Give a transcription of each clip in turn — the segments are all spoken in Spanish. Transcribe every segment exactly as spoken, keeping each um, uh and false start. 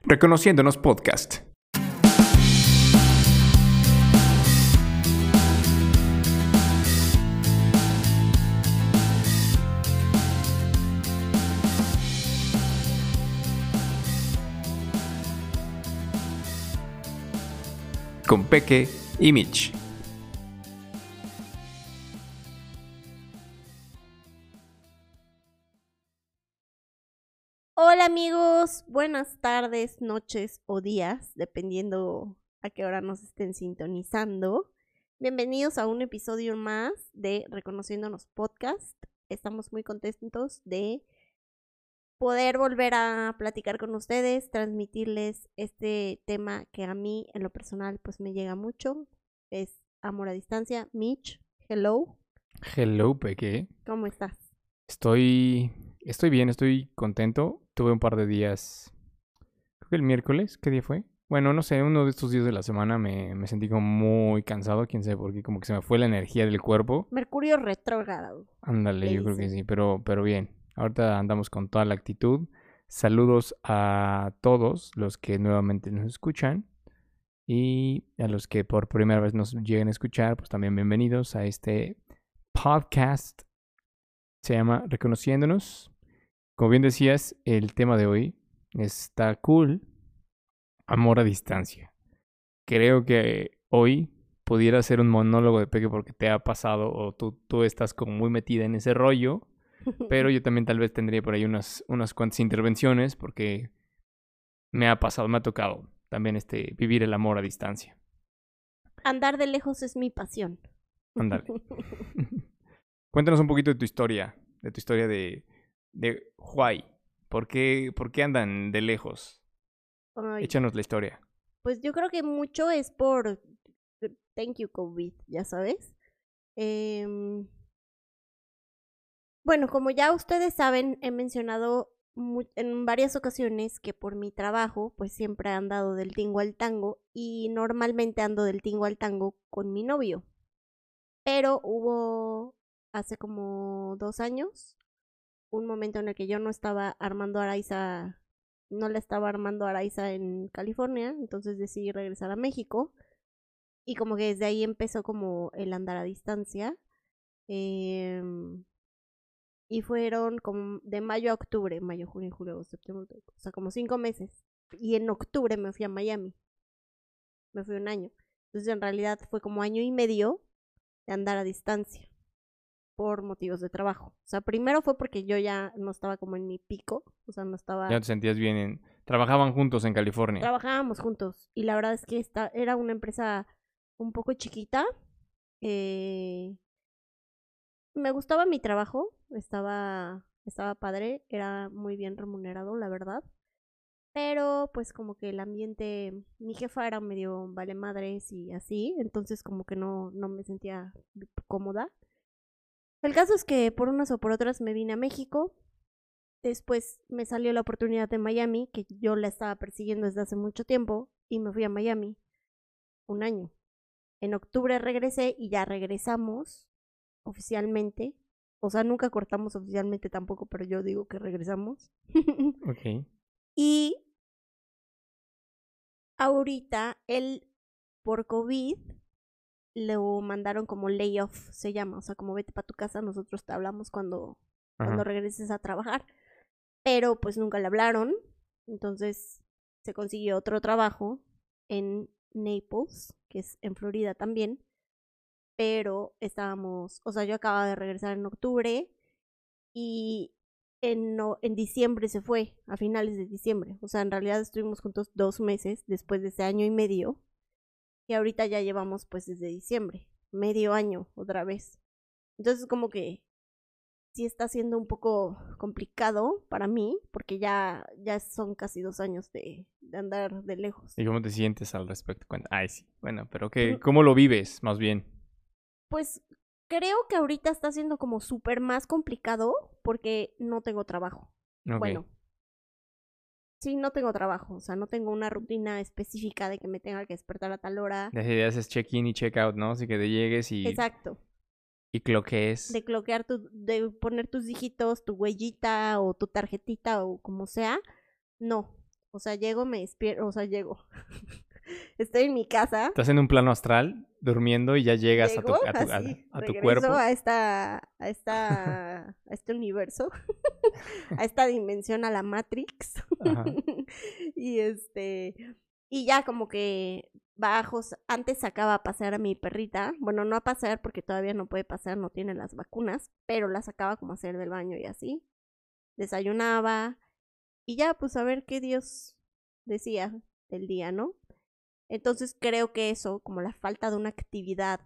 Reconociéndonos Podcast. Con Peque y Mitch. Hola amigos, buenas tardes, noches o días, dependiendo a qué hora nos estén sintonizando. Bienvenidos a un episodio más de Reconociéndonos Podcast. Estamos muy contentos de poder volver a platicar con ustedes, transmitirles este tema que a mí en lo personal pues me llega mucho. Es amor a distancia. Mitch, hello. Hello, Peque. ¿Cómo estás? Estoy, estoy bien, estoy contento. Tuve un par de días, creo que el miércoles, ¿qué día fue? Bueno, no sé, uno de estos días de la semana me, me sentí como muy cansado, quién sabe por qué, como que se me fue la energía del cuerpo. Mercurio retrógrado. Ándale, le yo creo que dicen. sí, pero, pero bien. Ahorita andamos con toda la actitud. Saludos a todos los que nuevamente nos escuchan y a los que por primera vez nos lleguen a escuchar, pues también bienvenidos a este podcast. Se llama Reconociéndonos. Como bien decías, el tema de hoy está cool. Amor a distancia. Creo que hoy pudiera ser un monólogo de Peque porque te ha pasado o tú, tú estás como muy metida en ese rollo. Pero yo también tal vez tendría por ahí unas, unas cuantas intervenciones porque me ha pasado, me ha tocado también este, vivir el amor a distancia. Andar de lejos es mi pasión. Ándale. Cuéntanos un poquito de tu historia, de tu historia de, de Huay. ¿Por qué, ¿Por qué andan de lejos? Ay, Échanos la historia. pues yo creo que mucho es por thank you COVID, ya sabes. Em, bueno, como ya ustedes saben, he mencionado mu- en varias ocasiones que por mi trabajo, pues siempre he andado del tingo al tango y normalmente ando del tingo al tango con mi novio. Pero hubo hace como dos años un momento en el que yo no estaba armando Araiza, no la estaba armando Araiza en California, entonces decidí regresar a México y como que desde ahí empezó como el andar a distancia. Eh, y fueron como de mayo a octubre, mayo, junio, julio, agosto, septiembre, octubre, o sea, como cinco meses. Y en octubre me fui a Miami, me fui un año. Entonces en realidad fue como año y medio de andar a distancia por motivos de trabajo. O sea, primero fue porque yo ya no estaba como en mi pico, o sea, no Ya estaba... te sentías bien. En... Trabajaban juntos en California. Trabajábamos juntos y la verdad es que esta era una empresa un poco chiquita. Eh, me gustaba mi trabajo, estaba, estaba padre, era muy bien remunerado, la verdad. Pero pues como que el ambiente, mi jefa era medio vale madres y así, entonces como que no, no me sentía cómoda. El caso es que por unas o por otras me vine a México. Después me salió la oportunidad de Miami, que yo la estaba persiguiendo desde hace mucho tiempo, y me fui a Miami un año. En octubre regresé y ya regresamos oficialmente. O sea, nunca cortamos oficialmente tampoco, pero yo digo que regresamos. Ok. Y ahorita él, por COVID, lo mandaron como layoff, se llama. O sea, como vete para tu casa, nosotros te hablamos cuando, cuando Ajá. regreses a trabajar. Pero pues nunca le hablaron. Entonces se consiguió otro trabajo en Naples, que es en Florida también. Pero estábamos, o sea, yo acababa de regresar en octubre y en, no, en diciembre se fue, a finales de diciembre. O sea, en realidad estuvimos juntos dos meses después de ese año y medio. Y ahorita ya llevamos pues desde diciembre, medio año otra vez. Entonces como que sí está siendo un poco complicado para mí, porque ya, ya son casi dos años de, de andar de lejos. ¿Y cómo te sientes al respecto? Cuenta- Ay, sí. Bueno, pero ¿qué, Pues, ¿cómo lo vives, más bien? pues creo que ahorita está siendo como súper más complicado porque no tengo trabajo. Ok. Bueno, sí, no tengo trabajo, o sea, no tengo una rutina específica de que me tenga que despertar a tal hora. Las ideas es check-in y check-out, ¿no? Así que te llegues y, Exacto. y cloquees. De cloquear tu, de poner tus dígitos, tu huellita o tu tarjetita o como sea. No. O sea, llego, me despierto, o sea, llego. Estoy en mi casa. Estás en un plano astral, durmiendo y ya llegas a tu, Llego, a tu, a- así, a tu regreso cuerpo. a esta, a esta, a este universo, a esta dimensión, a la Matrix. Ajá. Y este, y ya como que bajo, s- antes sacaba a pasear a mi perrita, bueno, no a pasear porque todavía no puede pasear, no tiene las vacunas, pero la sacaba como a hacer del baño y así. Desayunaba y ya, pues a ver qué Dios decía del día, ¿no? Entonces creo que eso, como la falta de una actividad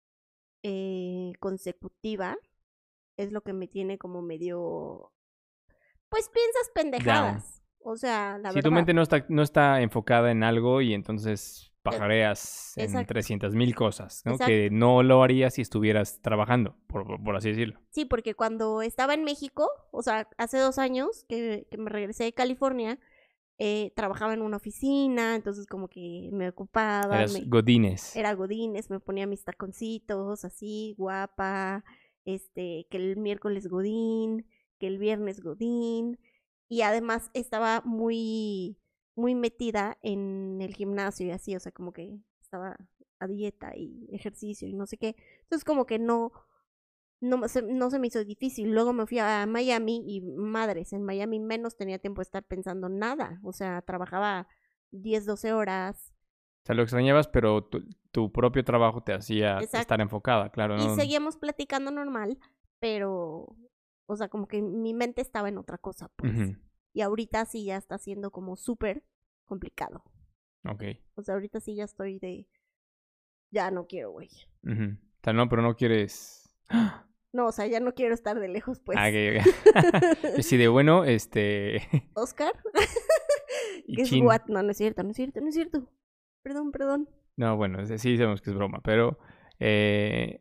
eh, consecutiva, es lo que me tiene como medio, pues piensas Down. pendejadas. O sea, la Si tu verdad. mente no está, no está enfocada en algo y entonces Eh, pajareas en Exacto, trescientas mil cosas, ¿no? exacto. Que no lo harías si estuvieras trabajando, por, por- por así decirlo. Sí, porque cuando estaba en México, o sea, hace dos años que, que me regresé de California, eh, trabajaba en una oficina, entonces como que me ocupaba, Eras me, godines. era godines, me ponía mis taconcitos así, guapa, este, que el miércoles godín, que el viernes godín, y además estaba muy, muy metida en el gimnasio y así, o sea, como que estaba a dieta y ejercicio y no sé qué, entonces como que no, no se, no se me hizo difícil. Luego me fui a Miami y madres, en Miami menos tenía tiempo de estar pensando nada. O sea, trabajaba diez doce horas. O sea, lo extrañabas, pero tu, tu propio trabajo te hacía estar Exacto. enfocada, claro, Y ¿no? seguíamos platicando normal, pero, o sea, como que mi mente estaba en otra cosa, pues. Ujú. Y ahorita sí ya está siendo como súper complicado. Ok. O sea, ahorita sí ya estoy de, ya no quiero, güey. Ujú. O sea, no, pero no quieres... ¡Ah! No, o sea, ya no quiero estar de lejos, pues. Ah, ok, ok. Yo sí, de bueno, este... Oscar, y que es chin. what, no, no es cierto, no es cierto, no es cierto. Perdón, perdón. No, bueno, ese sí sabemos que es broma, pero... eh,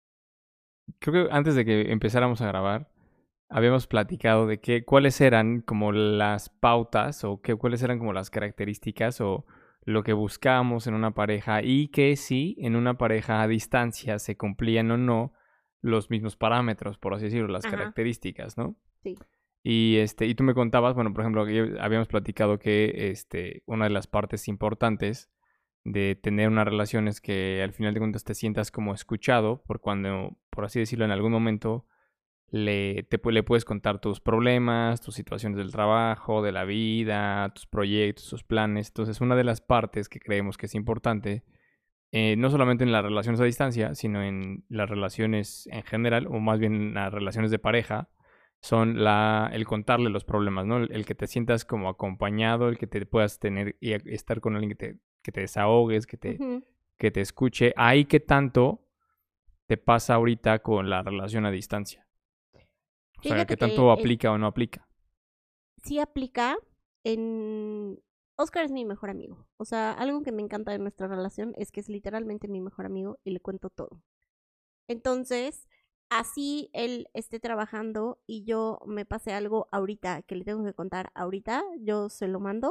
creo que antes de que empezáramos a grabar, habíamos platicado de que, cuáles eran como las pautas o que, cuáles eran como las características o lo que buscábamos en una pareja y que si en una pareja a distancia se cumplían o no los mismos parámetros, por así decirlo, las Ajá, características, ¿no? sí. Y este, y tú me contabas, bueno, por ejemplo, que yo- habíamos platicado que este, una de las partes importantes de tener una relación es que al final de cuentas te sientas como escuchado, por cuando, por así decirlo, en algún momento le, te, pu- le puedes contar tus problemas, tus situaciones del trabajo, de la vida, tus proyectos, tus planes. Entonces, una de las partes que creemos que es importante, eh, no solamente en las relaciones a distancia, sino en las relaciones en general, o más bien en las relaciones de pareja, son la, el contarle los problemas, ¿no? El, el que te sientas como acompañado, el que te puedas tener y a- estar con alguien que te, que te desahogues, que te, Ujú. que te escuche. Ahí que tanto te pasa ahorita con la relación a distancia. O sea, Fíjate ¿qué que tanto el, aplica o no aplica? sí aplica en... Oscar es mi mejor amigo. O sea, algo que me encanta de nuestra relación es que es literalmente mi mejor amigo y le cuento todo. Entonces, así él esté trabajando y yo me pase algo ahorita que le tengo que contar ahorita, yo se lo mando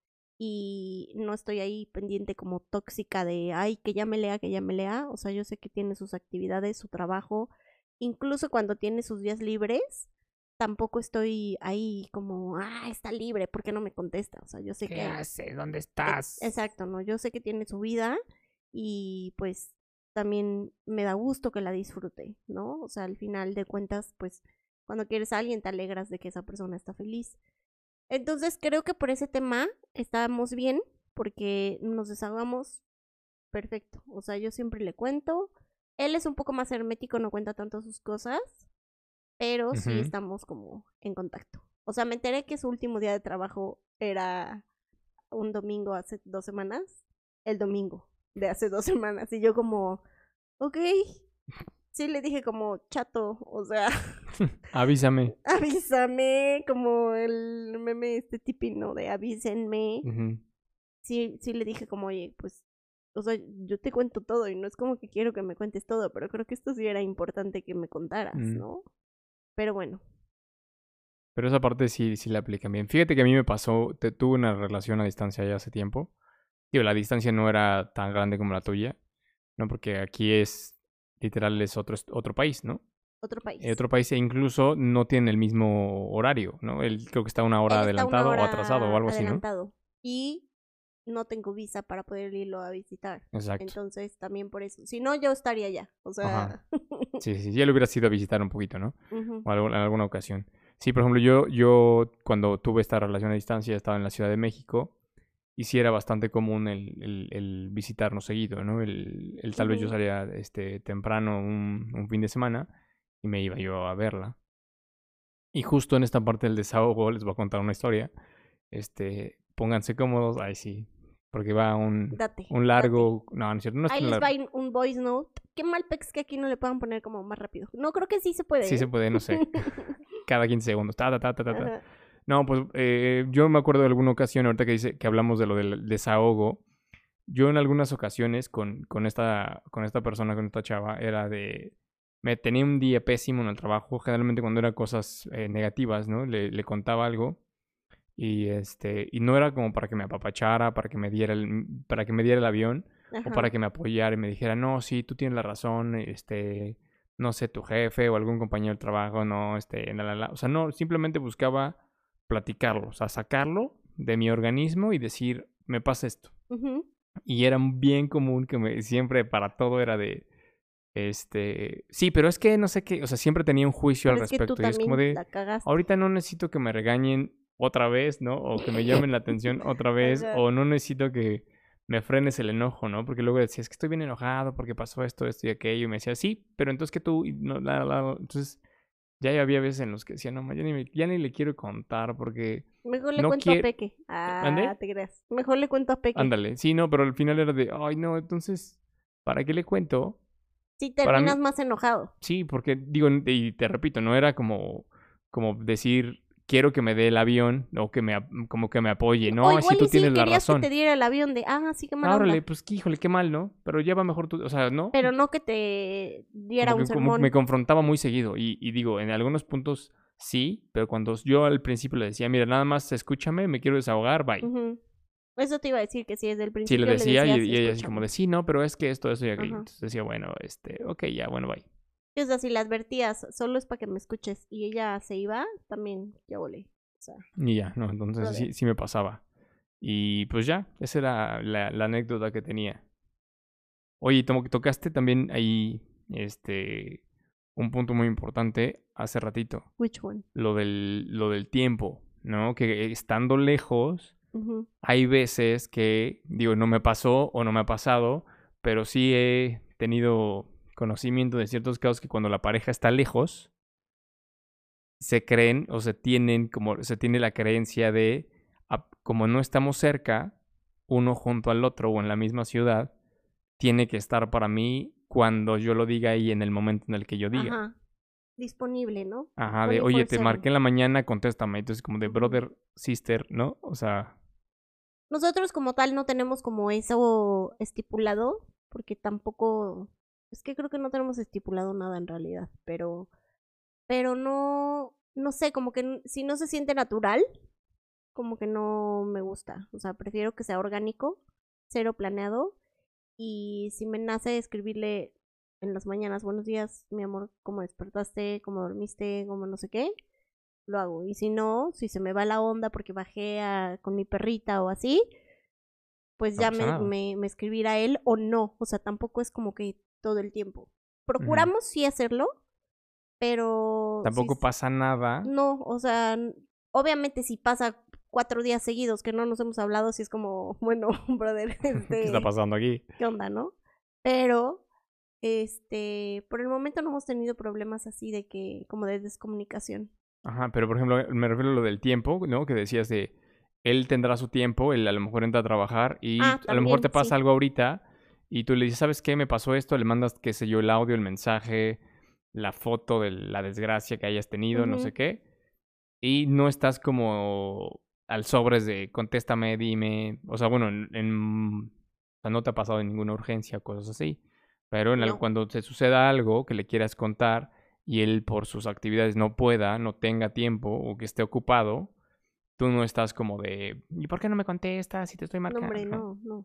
y no estoy ahí pendiente como tóxica de, ay, que ya me lea, que ya me lea. O sea, yo sé que tiene sus actividades, su trabajo, incluso cuando tiene sus días libres, tampoco estoy ahí como, ah, está libre, ¿por qué no me contesta? O sea, yo sé ¿Qué que, haces? ¿Dónde eh, estás? exacto, ¿no? Yo sé que tiene su vida y pues también me da gusto que la disfrute, ¿no? O sea, al final de cuentas, pues cuando quieres a alguien te alegras de que esa persona está feliz. Entonces creo que por ese tema estábamos bien porque nos desahogamos perfecto. O sea, yo siempre le cuento. Él es un poco más hermético, no cuenta tanto sus cosas, pero sí Ujú. estamos como en contacto. O sea, me enteré que su último día de trabajo era un domingo hace dos semanas. El domingo de hace dos semanas. Y yo como, ok. Sí le dije como chato, o sea, Avísame. avísame, como el meme este tipino de avísenme. Ujú. Sí, sí le dije como, oye, pues, o sea, yo te cuento todo y no es como que quiero que me cuentes todo, pero creo que esto sí era importante que me contaras, Mm. ¿no? Pero bueno, Pero esa parte sí, sí la aplican bien. Fíjate que a mí me pasó, te, tuve una relación a distancia ya hace tiempo. Digo, la distancia no era tan grande como la tuya, ¿no? Porque aquí es, literal, es otro, est- otro país, ¿no? otro Eh, país. Otro país e incluso no tiene el mismo horario, ¿no? Él creo que está una hora Él está una adelantado o atrasado o hora algo así, ¿no? adelantado. y no tengo visa para poder irlo a visitar. Exacto. Entonces, también por eso. Si no, yo estaría allá. O sea. Ajá. Sí, sí, ya lo hubieras ido a visitar un poquito, ¿no? Ujú. O algún- en alguna ocasión. Sí, por ejemplo, yo, yo cuando tuve esta relación a distancia estaba en la Ciudad de México y sí era bastante común el, el, el visitarnos seguido, ¿no? El, el tal vez yo Ujú. salía este, temprano un, un fin de semana y me iba yo a verla. Y justo en esta parte del desahogo les voy a contar una historia. Este, pónganse cómodos, ay sí, porque va un, Date, un date. largo, no, no es cierto, no es Ahí tan les va largo. un voice note. Qué mal pex que aquí no le puedan poner como más rápido. No, creo que sí se puede, Sí se ¿eh? puede, no sé, cada quince segundos, ta, ta, ta, ta, ta, ta. Ajá. No, pues eh, yo me acuerdo de alguna ocasión, ahorita que dice que hablamos de lo del desahogo, yo en algunas ocasiones con, con, esta, con esta persona, con esta chava, era de, me tenía un día pésimo en el trabajo, generalmente cuando eran cosas eh, negativas, ¿no? Le, le contaba algo y este y no era como para que me apapachara, para que me diera el, para que me diera el avión o para Ajá. que me apoyara y me dijera, "No, sí, tú tienes la razón, este, no sé, tu jefe o algún compañero de trabajo, no, este, la, la, la". O sea, no, simplemente buscaba platicarlo, o sea, sacarlo de mi organismo y decir, "Me pasa esto". Ujú. Y era bien común que me siempre para todo era de este, sí, pero es que no sé qué, o sea, siempre tenía un juicio al Pero es que tú respecto y es como también de, la cagaste. ahorita no necesito que me regañen otra vez, ¿no? O que me llamen la atención otra vez, Ajá. o no necesito que me frenes el enojo, ¿no? Porque luego decía, es que estoy bien enojado porque pasó esto, esto y aquello, y me decía, sí, pero entonces que tú, y no, la, la, entonces ya había veces en los que decía, no, ya ni, me- ya ni le quiero contar porque Mejor le no cuento a quiero, Peque. Ah, ¿mande? te creas. Mejor le cuento a Peque. Ándale, sí, no, pero al final era de, ay, no, entonces, ¿para qué le cuento? Sí, Para terminas mí, más enojado. sí, porque digo, y te repito, no era como, como decir, quiero que me dé el avión o que me, ap- como que me apoye. O No, si igual tú y sí tienes la querías que te razón. diera el avión de, ah, sí, qué mala Ah, órale, onda. pues que, híjole, qué mal, ¿no? Pero ya va mejor tú, o sea, ¿no? Pero no que te diera Como un que como me sermón. confrontaba muy seguido. Y, y digo, en algunos puntos sí, pero cuando yo al principio le decía, mira, nada más escúchame, me quiero desahogar, bye. Ujú. Eso te iba a decir que si desde el Sí, le principio le decía y, decías, y ella así como escúchame. de, sí, no, pero es que esto, eso y aquello. Ajá. Entonces decía, bueno, este, ok, ya, bueno, bye. O sea, si la advertías, solo es para que me escuches y ella se iba, también ya volé. O sea, Y ya, no, entonces brother. sí, sí me pasaba. Y pues ya, esa era la, la anécdota que tenía. Oye, to- tocaste también ahí este un punto muy importante hace ratito, Which one? lo del, lo del tiempo, ¿no? Que estando lejos, Ujú. hay veces que, digo, no me pasó o no me ha pasado, pero sí he tenido conocimiento de ciertos casos que cuando la pareja está lejos, se creen o se tienen como, se tiene la creencia de, ah, como no estamos cerca, uno junto al otro o en la misma ciudad, tiene que estar para mí cuando yo lo diga y en el momento en el que yo diga. Ajá. Disponible, ¿no? Ajá, de, oye, te veinticuatro siete. marqué en la mañana, contéstame. Entonces, como de Ujú. brother, sister, ¿no? O sea, Nosotros como tal no tenemos como eso estipulado, porque tampoco, es que creo que no tenemos estipulado nada en realidad, pero, pero no, no sé, como que n- si no se siente natural, como que no me gusta, o sea, prefiero que sea orgánico, cero planeado, y si me nace escribirle en las mañanas, buenos días, mi amor, ¿cómo despertaste? ¿Cómo dormiste? ¿Cómo no sé qué? Lo hago, y si no, si se me va la onda porque bajé a- con mi perrita o así, pues no ya pasa me, nada. me, me escribirá él o no. O sea, tampoco es como que todo el tiempo. Ujú. Procuramos sí hacerlo, pero sí, Tampoco pasa nada. no, o sea, n- obviamente si pasa cuatro días seguidos que no nos hemos hablado, sí es como, bueno, brother, ¿Qué está este, pasando aquí? ¿qué onda, no? Pero, este, por el momento no hemos tenido problemas así de que, como de descomunicación. Ajá, pero por ejemplo, me refiero a lo del tiempo, ¿no? Que decías de, él tendrá su tiempo, él a lo mejor entra a trabajar y Ah, a lo mejor te también, pasa sí. algo ahorita y tú le dices, ¿sabes qué? Me pasó esto, le mandas, qué sé yo, el audio, el mensaje, la foto de la desgracia que hayas tenido, no sé Ujú. qué, y no estás como al sobres de contéstame, dime, o sea, bueno, en, en- o sea, no te ha pasado en ninguna urgencia, cosas así, pero en algo, No. cuando te suceda algo que le quieras contar y él por sus actividades no pueda, no tenga tiempo o que esté ocupado, tú no estás como de, ¿y por qué no me contestas si te estoy No, marcando? hombre, ¿No? no, no.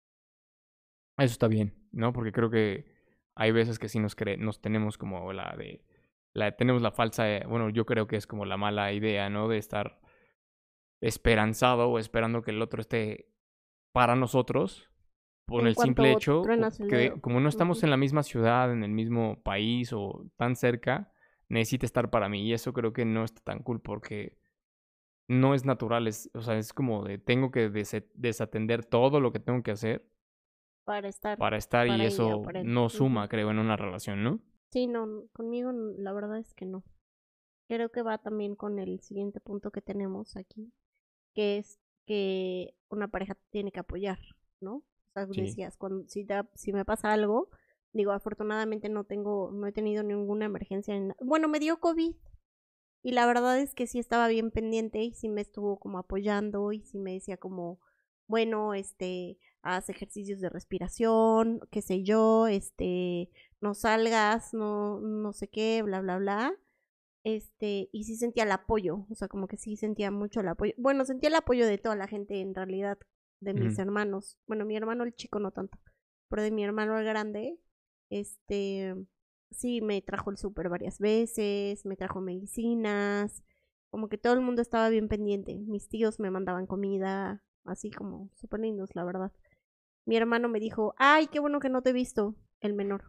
Eso está bien, ¿no? Porque creo que hay veces que sí nos cre nos tenemos como la de, la tenemos la falsa, eh, bueno, yo creo que es como la mala idea, ¿no? De estar esperanzado o esperando que el otro esté para nosotros por En el simple cuanto hecho truenas el que dedo. como no estamos Ujú. en la misma ciudad, en el mismo país o tan cerca, necesita estar para mí. Y eso creo que no está tan cool porque no es natural, es, o sea, es como de tengo que dese- desatender todo lo que tengo que hacer Para estar para estar y para ella o eso para él. no Ujú. suma, creo, en una relación, ¿no? Sí, no, n- conmigo n- la verdad es que no. Creo que va también con el siguiente punto que tenemos aquí, que es que una pareja te tiene que apoyar, ¿no? O sea, Sí. decías, cuando si, te, si me pasa algo, digo, afortunadamente no tengo, no he tenido ninguna emergencia. En, bueno, me dio COVID y la verdad es que sí estaba bien pendiente y sí me estuvo como apoyando y sí me decía como, bueno, este, haz ejercicios de respiración, qué sé yo, este, no salgas, no, no sé qué, bla, bla, bla. Este, y sí sentía el apoyo, o sea, como que sí sentía mucho el apoyo. Bueno, sentía el apoyo de toda la gente en realidad, de mis Ujú. hermanos. Bueno, mi hermano el chico no tanto, pero de mi hermano el grande, este, sí me trajo el súper varias veces, me trajo medicinas, como que todo el mundo estaba bien pendiente. Mis tíos me mandaban comida, así como súper lindos, la verdad. Mi hermano me dijo, ay, qué bueno que no te he visto, el menor.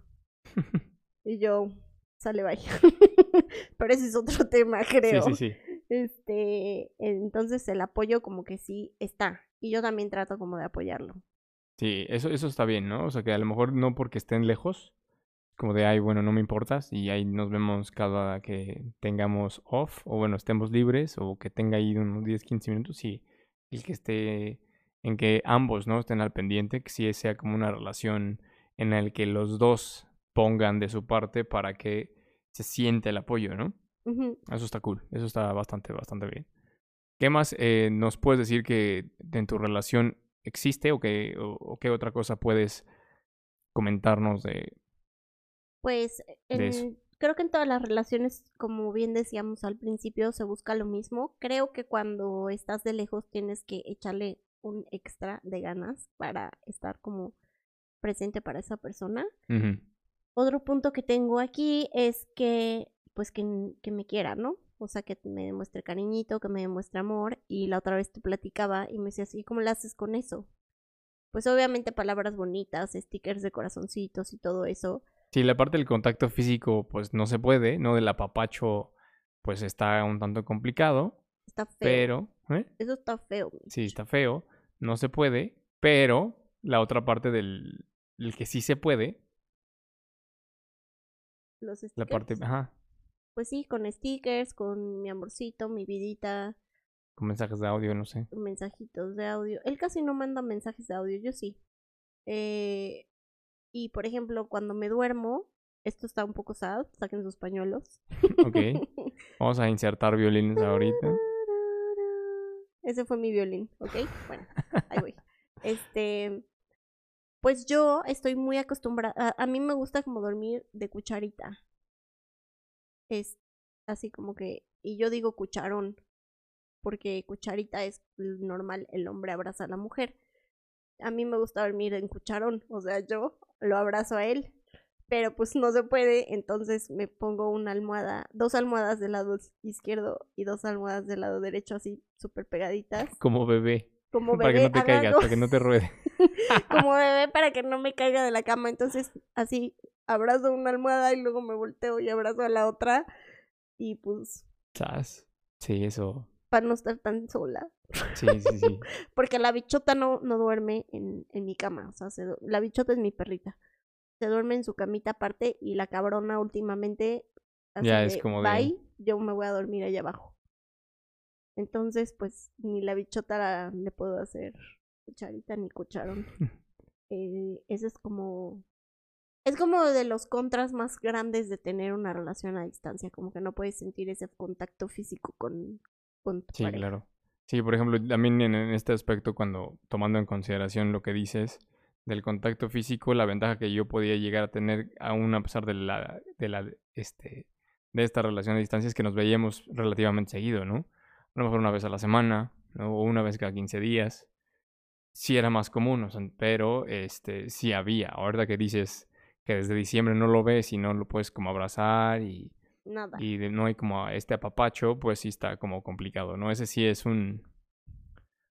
Y yo, sale, bye. Pero ese es otro tema, Sí, sí, creo. sí. Este, entonces el apoyo como que sí está. Y yo también trato como de apoyarlo. Sí, eso, eso está bien, ¿no? O sea, que a lo mejor no porque estén lejos, como de, ay, bueno, no me importas y ahí nos vemos cada que tengamos off o bueno, estemos libres o que tenga ahí unos diez quince minutos y el que esté, en que ambos, ¿no? Estén al pendiente, que sí sea como una relación en la que los dos pongan de su parte para que se siente el apoyo, ¿no? Ujú. Eso está cool, eso está bastante, bastante bien. ¿Qué más eh, nos puedes decir que en tu relación existe o, que, o, o qué otra cosa puedes comentarnos de, Pues de eso? en, creo que en todas las relaciones, como bien decíamos al principio, se busca lo mismo. Creo que cuando estás de lejos tienes que echarle un extra de ganas para estar como presente para esa persona. Ujú. Otro punto que tengo aquí es que, pues, que, que me quiera, ¿no? O sea, que me demuestre cariñito, que me demuestre amor. Y la otra vez te platicaba y me decías, ¿y cómo lo haces con eso? Pues obviamente palabras bonitas, stickers de corazoncitos y todo eso. Sí, la parte del contacto físico, pues no se puede, ¿no? Del apapacho, pues está un tanto complicado, Está feo. pero, ¿eh? Eso está feo, Sí, Mitch. está feo, no se puede, pero la otra parte del el que sí se puede, Los la parte, stickers. ajá, Pues sí, con stickers, con mi amorcito, mi vidita, con mensajes de audio, no sé. mensajitos de audio. Él casi no manda mensajes de audio, yo sí. Eh, Y por ejemplo, cuando me duermo, esto está un poco sad, saquen sus pañuelos. Ok, vamos a insertar violines ahorita. Ese fue mi violín, ¿ok? Bueno, ahí voy. Este, pues yo estoy muy acostumbrada, a, a mí me gusta como dormir de cucharita. Es así como que, y yo digo cucharón, porque cucharita es normal, el hombre abraza a la mujer. A mí me gusta dormir en cucharón, o sea, yo lo abrazo a él, pero pues no se puede, entonces me pongo una almohada, dos almohadas del lado izquierdo y dos almohadas del lado derecho, así súper pegaditas, Como bebé, como para que bebé, no te caigas, hago para que no te ruede. como bebé para que no me caiga de la cama, entonces así abrazo una almohada y luego me volteo y abrazo a la otra y pues Chas. Sí, eso. para no estar tan sola. Sí, sí, sí. Porque la bichota no, no duerme en, en mi cama, o sea, se, la bichota es mi perrita. Se duerme en su camita aparte y la cabrona últimamente así Ya es de como de. bye, yo me voy a dormir allá abajo. Entonces, pues ni la bichota la, le puedo hacer cucharita ni cucharón. Eh, ese es como... Es como de los contras más grandes de tener una relación a distancia, como que no puedes sentir ese contacto físico con, con tu Sí, pareja. claro. Sí, por ejemplo, también en en este aspecto, cuando tomando en consideración lo que dices del contacto físico, la ventaja que yo podía llegar a tener, aún a pesar de la, de la, este, de esta relación a distancia, es que nos veíamos relativamente seguido, ¿no? A lo mejor una vez a la semana, ¿no? O una vez cada quince días. Sí era más común, o sea, pero este, sí había. Ahorita que dices que desde diciembre no lo ves y no lo puedes como abrazar y Nada. y de- no hay como este apapacho, pues sí está como complicado, ¿no? Ese sí es un,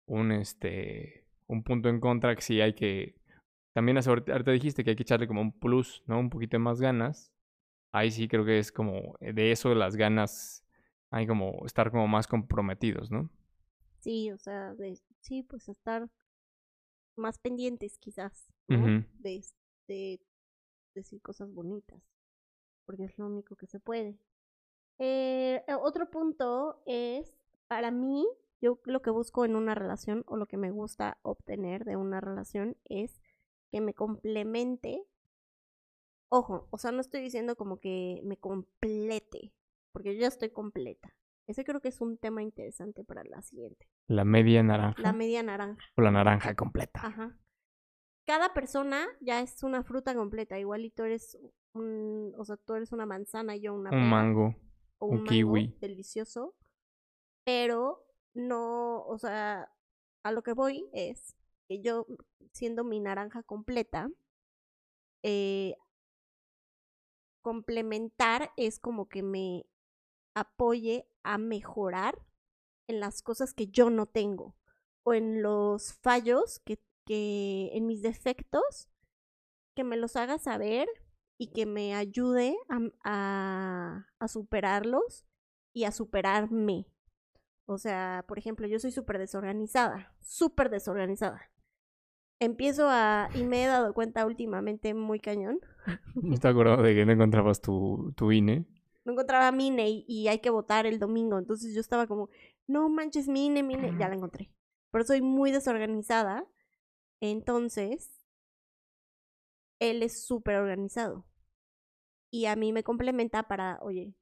un, este, un punto en contra que sí hay que... También hace- ahorita ahorita dijiste que hay que echarle como un plus, ¿no? Un poquito de más ganas. Ahí sí creo que es como eh, de eso de las ganas, hay como estar como más comprometidos, ¿no? Sí, o sea, de, sí, pues estar más pendientes quizás, ¿no? Ujú. De, de decir cosas bonitas, porque es lo único que se puede. Eh, eh, otro punto es, para mí, yo lo que busco en una relación o lo que me gusta obtener de una relación es que me complemente. Ojo, o sea, no estoy diciendo como que me complete, porque yo ya estoy completa. Ese creo que es un tema interesante para la siguiente. La media La naranja media naranja. o la naranja completa. Ajá. Cada persona ya es una fruta completa. Igualito eres un, o sea, tú eres una manzana y yo una Un pera mango, o un un kiwi. mango delicioso, pero no, o sea, a lo que voy es que yo, siendo mi naranja completa, eh, complementar es como que me apoye a mejorar en las cosas que yo no tengo o en los fallos que, que en mis defectos, que me los haga saber y que me ayude a, a, a superarlos y a superarme. O sea, por ejemplo, yo soy súper desorganizada, súper desorganizada. Empiezo a, y me he dado cuenta últimamente muy cañón, Me está acordando de que no encontrabas tu, tu I N E. no encontraba mi I N E y, y hay que votar el domingo. Entonces yo estaba como, no manches, mi I N E, mi I N E. Ya la encontré. Pero soy muy desorganizada. Entonces, él es súper organizado. Y a mí me complementa para, oye,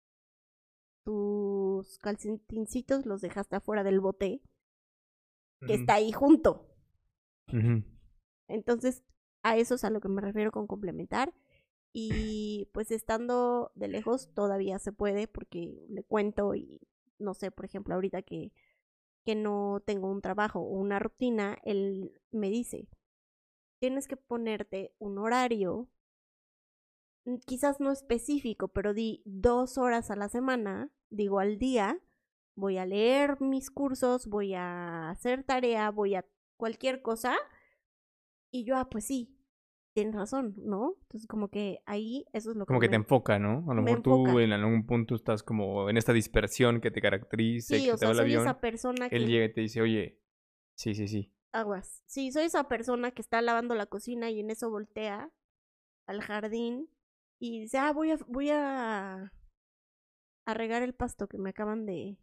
tus calcetincitos los dejaste afuera del bote que Ujú. está ahí junto. Ujú. Entonces, a eso es a lo que me refiero con complementar. Y pues estando de lejos todavía se puede porque le cuento y no sé, por ejemplo, ahorita que, que no tengo un trabajo o una rutina, él me dice, tienes que ponerte un horario, mm, quizás no específico, pero di dos horas a la semana, digo al día, voy a leer mis cursos, voy a hacer tarea, voy a cualquier cosa. Y yo, ah, pues sí, tienes razón, ¿no? Entonces como que ahí eso es lo que Como que te me, enfoca, ¿no? A lo me mejor tú enfoca. en algún punto estás como en esta dispersión que te caracteriza y Sí, que o se te sea, va el soy avión. esa persona Él que llega y te dice, oye, sí, sí, sí. aguas. Sí, soy esa persona que está lavando la cocina y en eso voltea al jardín y dice, ah, voy a, voy a, a regar el pasto que me acaban de,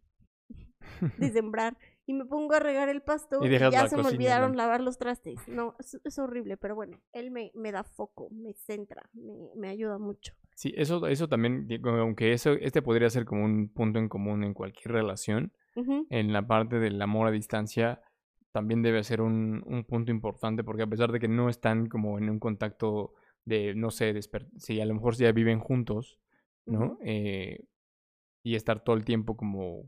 de sembrar. Y me pongo a regar el pasto Y y dejas ya la se me cocina olvidaron adelante. lavar los trastes. No, es, es horrible, pero bueno, él me, me da foco, me centra, me, me ayuda mucho. Sí, eso, eso también, digo, aunque eso, este podría ser como un punto en común en cualquier relación, Ujú, en la parte del amor a distancia también debe ser un, un punto importante porque a pesar de que no están como en un contacto de, no sé, desper- si a lo mejor ya viven juntos, ¿no? ujú, Eh, y estar todo el tiempo como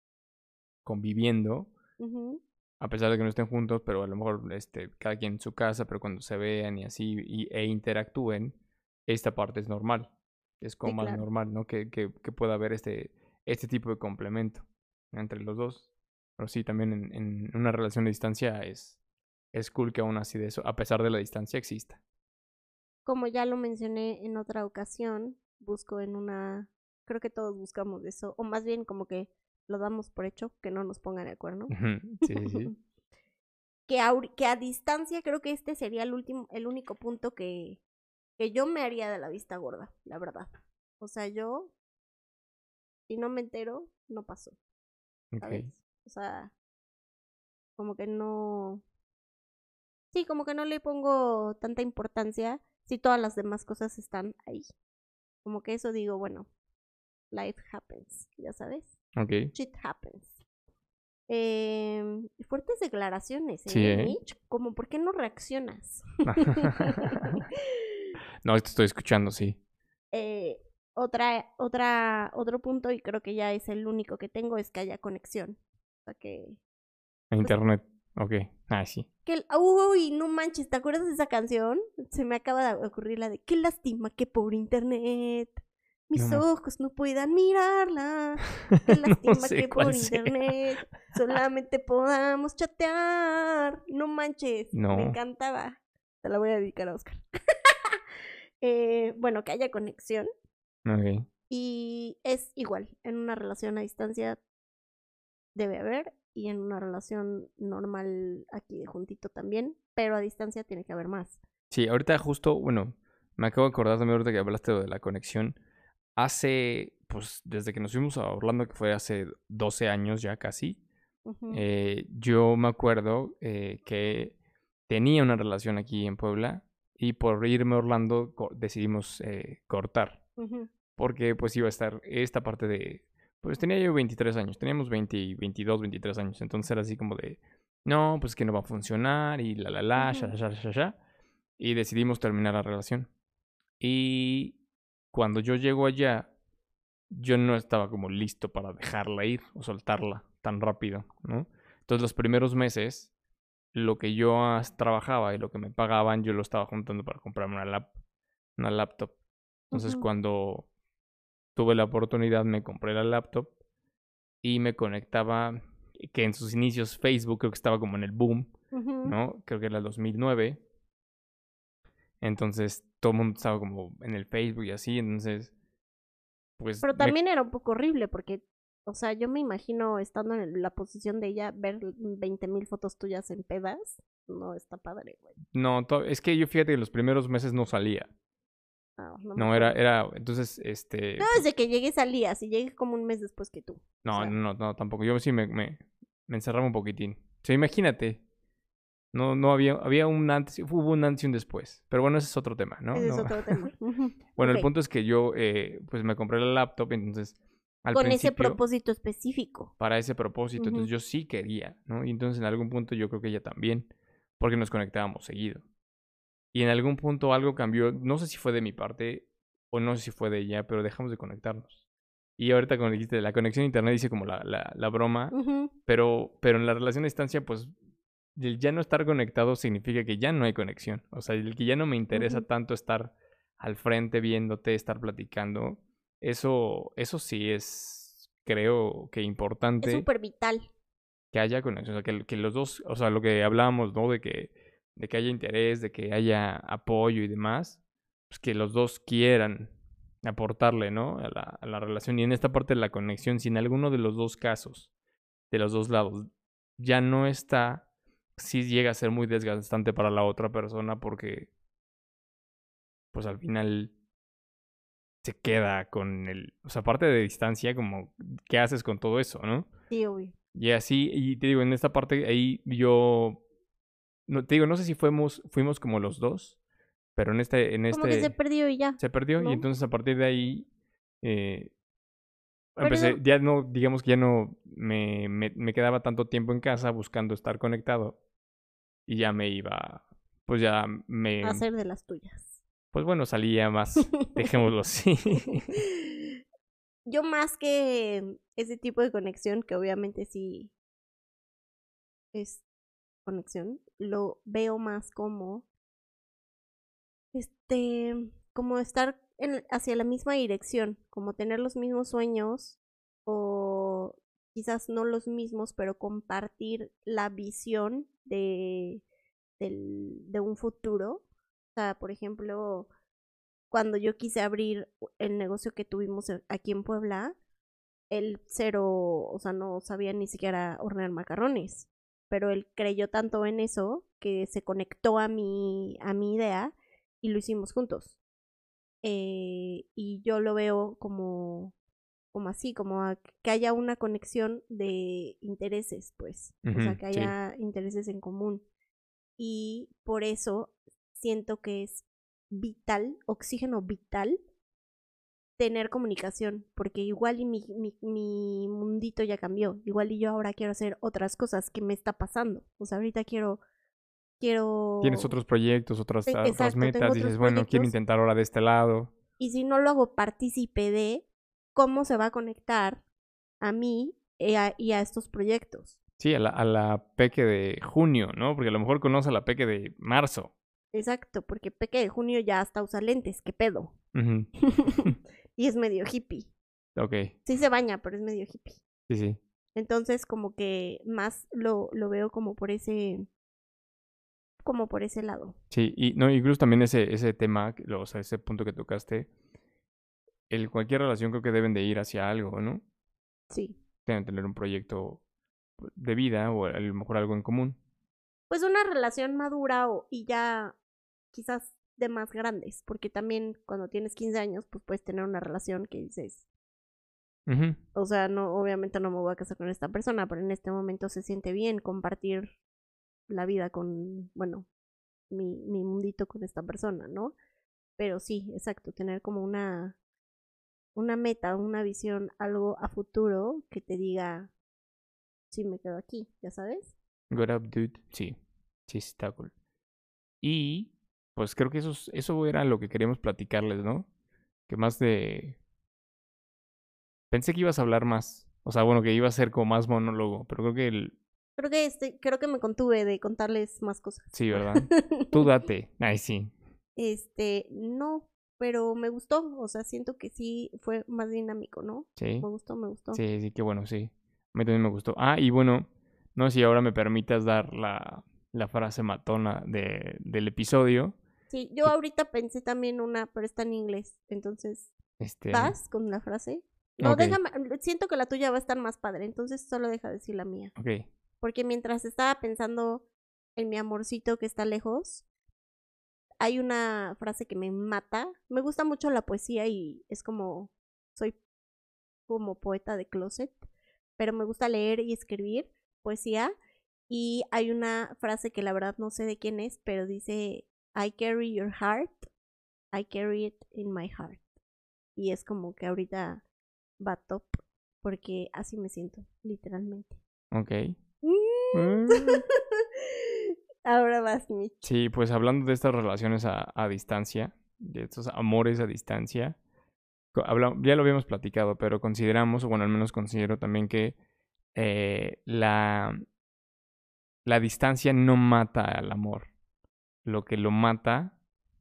conviviendo, ujú. a pesar de que no estén juntos, pero a lo mejor este, cada quien en su casa, pero cuando se vean y así y, e interactúen, esta parte es normal. Es como Sí, más claro. normal, ¿no? Que, que, que pueda haber este, este tipo de complemento entre los dos. Pero sí, también en, en una relación de distancia es, es cool que aún así de eso, a pesar de la distancia, exista. Como ya lo mencioné en otra ocasión, busco en una, creo que todos buscamos eso, o más bien como que lo damos por hecho, que no nos pongan el cuerno. Ujú. Sí, sí, sí. que, a, que a distancia creo que este sería el último, el único punto que, que yo me haría de la vista gorda, la verdad. O sea, yo, si no me entero, no pasó, ¿sabes? Ok. O sea, como que no, sí, como que no le pongo tanta importancia si todas las demás cosas están ahí. Como que eso digo, bueno, life happens, ya sabes. Ok. Shit happens. Eh, fuertes declaraciones, Sí, ¿eh, ¿eh? Mitch? Como, ¿por qué no reaccionas? No, te estoy escuchando, sí. eh, otra, otra, otro punto, y creo que ya es el único que tengo, es que haya conexión. O sea, que, En pues, internet. Ok. Ah, sí. que, el- uy, no manches, ¿te acuerdas de esa canción? Se me acaba de ocurrir la de, qué lástima, qué pobre internet. Mis No, no. ojos no puedan mirarla. Qué No lástima sé que por cuál sea. internet solamente podamos chatear. No manches, me No. encantaba. Te la voy a dedicar a Oscar. Eh, bueno, que haya conexión. Ok. Y es igual, en una relación a distancia debe haber, y en una relación normal aquí de juntito también, pero a distancia tiene que haber más. Sí, ahorita justo, bueno, me acabo de acordar también ahorita que hablaste de la conexión. Hace, pues, desde que nos fuimos a Orlando, que fue hace doce años ya casi, Ujú, eh, yo me acuerdo eh, que tenía una relación aquí en Puebla y por irme a Orlando co- decidimos eh, cortar. ujú, Porque pues iba a estar esta parte de, pues tenía yo veintitrés años, teníamos veinte, veintidós, veintitrés años, entonces era así como de, no, pues que no va a funcionar y la la la, ujú, sha sha sha sha, y decidimos terminar la relación. Y cuando yo llego allá, yo no estaba como listo para dejarla ir o soltarla tan rápido, ¿no? Entonces los primeros meses, lo que yo as- trabajaba y lo que me pagaban, yo lo estaba juntando para comprarme una lap, una laptop. Entonces ujú, cuando tuve la oportunidad, me compré la laptop y me conectaba, que en sus inicios Facebook creo que estaba como en el boom, ujú. ¿no? Creo que era el dos mil nueve. Entonces todo el mundo estaba como en el Facebook y así, entonces pues Pero me... también era un poco horrible porque, o sea, yo me imagino estando en la posición de ella, ver veinte mil fotos tuyas en pedas. No está padre, güey. No, to- es que yo fíjate que los primeros meses no salía. No, no me No, era, acuerdo. era, entonces, este, Yo pues, desde que llegué salías y llegué como un mes después que tú. O no, sea, no, no, tampoco. Yo sí me, me, me encerraba un poquitín. O sea, imagínate, no, no había, había un antes, hubo un antes y un después. Pero bueno, ese es otro tema, ¿no? ese es No. otro tema. Ujú. Bueno, Ok. el punto es que yo, eh, pues me compré la laptop, entonces, al Con ese principio, propósito específico. para ese propósito, entonces Ujú, yo sí quería, ¿no? Y entonces en algún punto yo creo que ella también, porque nos conectábamos seguido. Y en algún punto algo cambió, no sé si fue de mi parte o no sé si fue de ella, pero dejamos de conectarnos. Y ahorita cuando dijiste la conexión a internet dice como la, la, la broma, ujú, pero, pero en la relación a distancia, pues el ya no estar conectado significa que ya no hay conexión. O sea, el que ya no me interesa ujú. tanto estar al frente viéndote, estar platicando, eso, eso sí es, creo que Es importante súper vital. que haya conexión, o sea, que, que los dos, o sea, lo que hablábamos, ¿no? De que, de que haya interés, de que haya apoyo y demás, pues que los dos quieran aportarle, ¿no? A la, a la relación. Y en esta parte de la conexión, si en alguno de los dos casos, de los dos lados, ya no está, sí llega a ser muy desgastante para la otra persona porque, pues al final se queda con el, o sea, aparte de distancia, como, ¿qué haces con todo eso, no? Sí, obvio. Y así, y te digo, en esta parte ahí yo no, te digo, no sé si fuimos, fuimos como los dos, pero en este, en Como que se este perdió y ya, se perdió y ¿no? entonces a partir de ahí eh, Pero empecé, eso, ya no, digamos que ya no me, me, me quedaba tanto tiempo en casa buscando estar conectado y ya me iba, pues ya me, hacer de las tuyas. pues bueno, salía más, dejémoslo así. Yo más que ese tipo de conexión, que obviamente sí es conexión, lo veo más como, este, como estar en, hacia la misma dirección, como tener los mismos sueños o quizás no los mismos, pero compartir la visión de, del, de un futuro. O sea, por ejemplo, cuando yo quise abrir el negocio que tuvimos aquí en Puebla, él cero, o sea, no sabía ni siquiera hornear macarrones, pero él creyó tanto en eso que se conectó a mi, a mi idea y lo hicimos juntos. Eh, y yo lo veo como, como así, como a que haya una conexión de intereses, pues, o sea, Ujú, que sí. haya intereses en común. Y por eso siento que es vital, oxígeno vital, tener comunicación, porque igual y mi, mi, mi mundito ya cambió, igual y yo ahora quiero hacer otras cosas que me está pasando, o sea, ahorita quiero, Tienes quiero, otros proyectos, otras, te- ah, otras exacto, tengo metas, otros dices, bueno, quiero proyectos intentar ahora de este lado. y si no lo hago partícipe de cómo se va a conectar a mí y a, y a estos proyectos. Sí, a la, a la peque de junio, ¿no? Porque a lo mejor conoce a la peque de marzo. Exacto, porque Peque de Junio ya hasta usa lentes, qué pedo. Ujú. y es medio hippie. Ok. Sí se baña, pero es medio hippie. Sí, sí. Entonces como que más lo, lo veo como por ese, como por ese lado. Sí, y no, incluso también ese, ese tema, o sea, ese punto que tocaste, el, cualquier relación creo que deben de ir hacia algo, ¿no? Sí. Deben tener un proyecto de vida o a lo mejor algo en común. Pues una relación madura o, y ya quizás de más grandes, porque también cuando tienes quince años, pues puedes tener una relación que dices, Uh-huh. o sea, no, obviamente no me voy a casar con esta persona, pero en este momento se siente bien compartir la vida con, bueno, mi, mi mundito con esta persona, ¿no? Pero sí, exacto, tener como una, una meta, una visión, algo a futuro que te diga, sí, me quedo aquí, ¿ya sabes? Good up, dude. Sí, sí, sí, está cool. Y pues creo que eso, es- eso era lo que queríamos platicarles, ¿no? Que más de... Pensé que ibas a hablar más. O sea, bueno, que iba a ser como más monólogo, pero creo que el... Creo que este, creo que me contuve de contarles más cosas. Sí, ¿verdad? Tú date. Ay, sí. Este, no, pero me gustó, o sea, siento que sí fue más dinámico, ¿no? Sí. Me gustó, me gustó. Sí, sí, qué bueno, sí. A mí también me gustó. Ah, y bueno, no sé si ahora me permitas dar la, la frase matona de, del episodio. Sí, yo Que, ahorita pensé también una, pero está en inglés, entonces, este... ¿vas con la frase? No, Ok, déjame, siento que la tuya va a estar más padre, entonces solo deja decir la mía. ok. Porque mientras estaba pensando en mi amorcito que está lejos, hay una frase que me mata. Me gusta mucho la poesía y es como, soy como poeta de closet, pero me gusta leer y escribir poesía. Y hay una frase que la verdad no sé de quién es, pero dice, I carry your heart, I carry it in my heart. Y es como que ahorita va top, porque así me siento, literalmente. Ok. Mm. Mm. Ahora vas, Mitch. Sí, pues hablando de estas relaciones a, a distancia, de estos amores a distancia, co- habla- ya lo habíamos platicado, pero consideramos, o bueno, al menos considero también que eh, la, la distancia no mata al amor. Lo que lo mata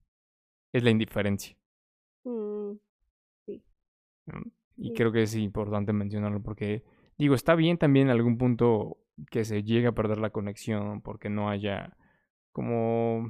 es la indiferencia. Mm, sí, ¿No? Y sí. creo que es importante mencionarlo porque, digo, está bien también en algún punto que se llegue a perder la conexión porque no haya como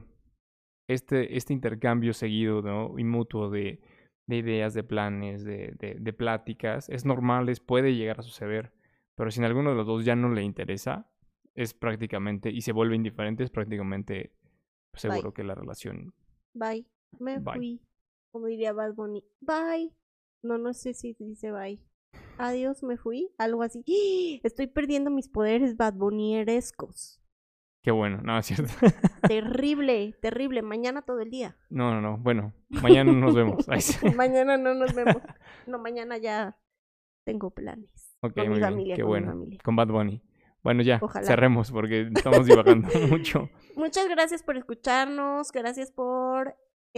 este, este intercambio seguido, ¿no? Y mutuo de, de ideas, de planes, de, de, de pláticas. Es normal, es, puede llegar a suceder, pero si en alguno de los dos ya no le interesa, es prácticamente, y se vuelve indiferente, es prácticamente Bye, seguro que la relación, bye. Me bye. fui. Como diría Bad Bunny. Bye. No, no sé si dice bye. Adiós, me fui. Algo así. ¡Ah! Estoy perdiendo mis poderes Bad Bunnierescos. Qué bueno, no, es cierto. Terrible, terrible. Mañana todo el día. No, no, no, bueno, mañana nos vemos. Ay, sí. Mañana no nos vemos. No, mañana ya tengo planes. Ok, Con mi muy bien, familia, qué con mi bueno. familia. Con Bad Bunny. Bueno, ya, Ojalá. cerremos porque estamos divagando mucho. Muchas gracias por escucharnos. Gracias por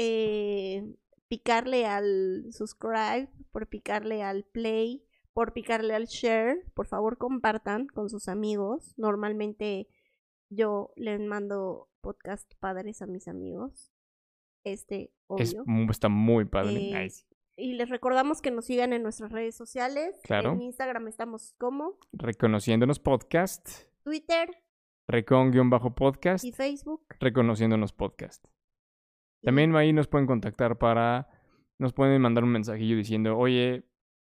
eh, picarle al subscribe, por picarle al play, por picarle al share. Por favor, compartan con sus amigos. Normalmente yo les mando podcast padres a mis amigos. Este, Es, obvio. mu- está muy padre. Eh, Ay, sí. y les recordamos que nos sigan en nuestras redes sociales. Claro. En Instagram estamos como Reconociéndonos podcast, Twitter recon-podcast, y Facebook. reconociéndonos podcast. Y También ahí nos pueden contactar para, nos pueden mandar un mensajillo diciendo, oye,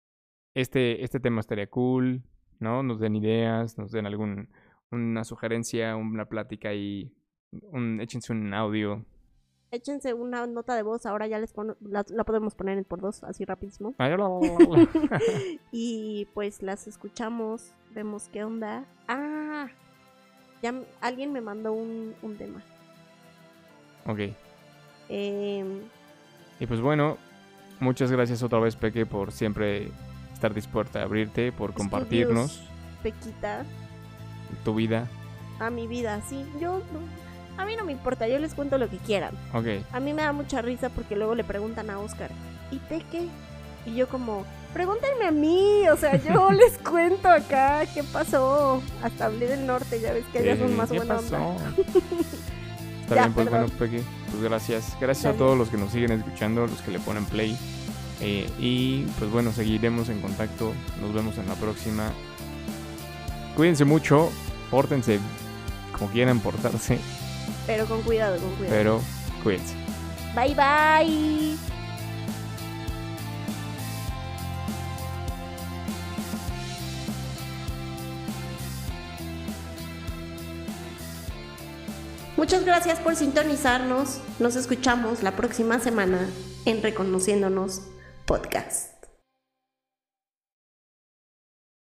este, este tema estaría cool, ¿no? Nos den ideas, nos den algún, una sugerencia, una plática y un, échense un audio. échense una nota de voz, ahora ya les pon- la, la podemos poner en por dos, así rapidísimo. Ay, bla, bla, bla, bla. Y pues las escuchamos, vemos qué onda. Ah, ya m- alguien me mandó un, un tema. Ok. Em, Y pues bueno, muchas gracias otra vez, Peque, por siempre estar dispuesta a abrirte, por compartirnos Pequita, tu vida. a mi vida, sí, yo, no- a mí no me importa, yo les cuento lo que quieran. Ok. A mí me da mucha risa porque luego le preguntan a Oscar, ¿y Peque? Y yo como, pregúntenme a mí, o sea, yo les cuento acá qué pasó. Hasta hablé del norte, ya ves que allá son Eh, más ¿Qué buena pasó? onda. Está Ya, bien, pues perdón. bueno, Peque, pues gracias. Gracias a Gracias. todos los que nos siguen escuchando, los que le ponen play. Eh, y pues bueno, seguiremos en contacto. Nos vemos en la próxima. Cuídense mucho, pórtense como quieran portarse. Pero con cuidado, con cuidado. Pero cuídense. Bye, bye. Muchas gracias por sintonizarnos. Nos escuchamos la próxima semana en Reconociéndonos Podcast.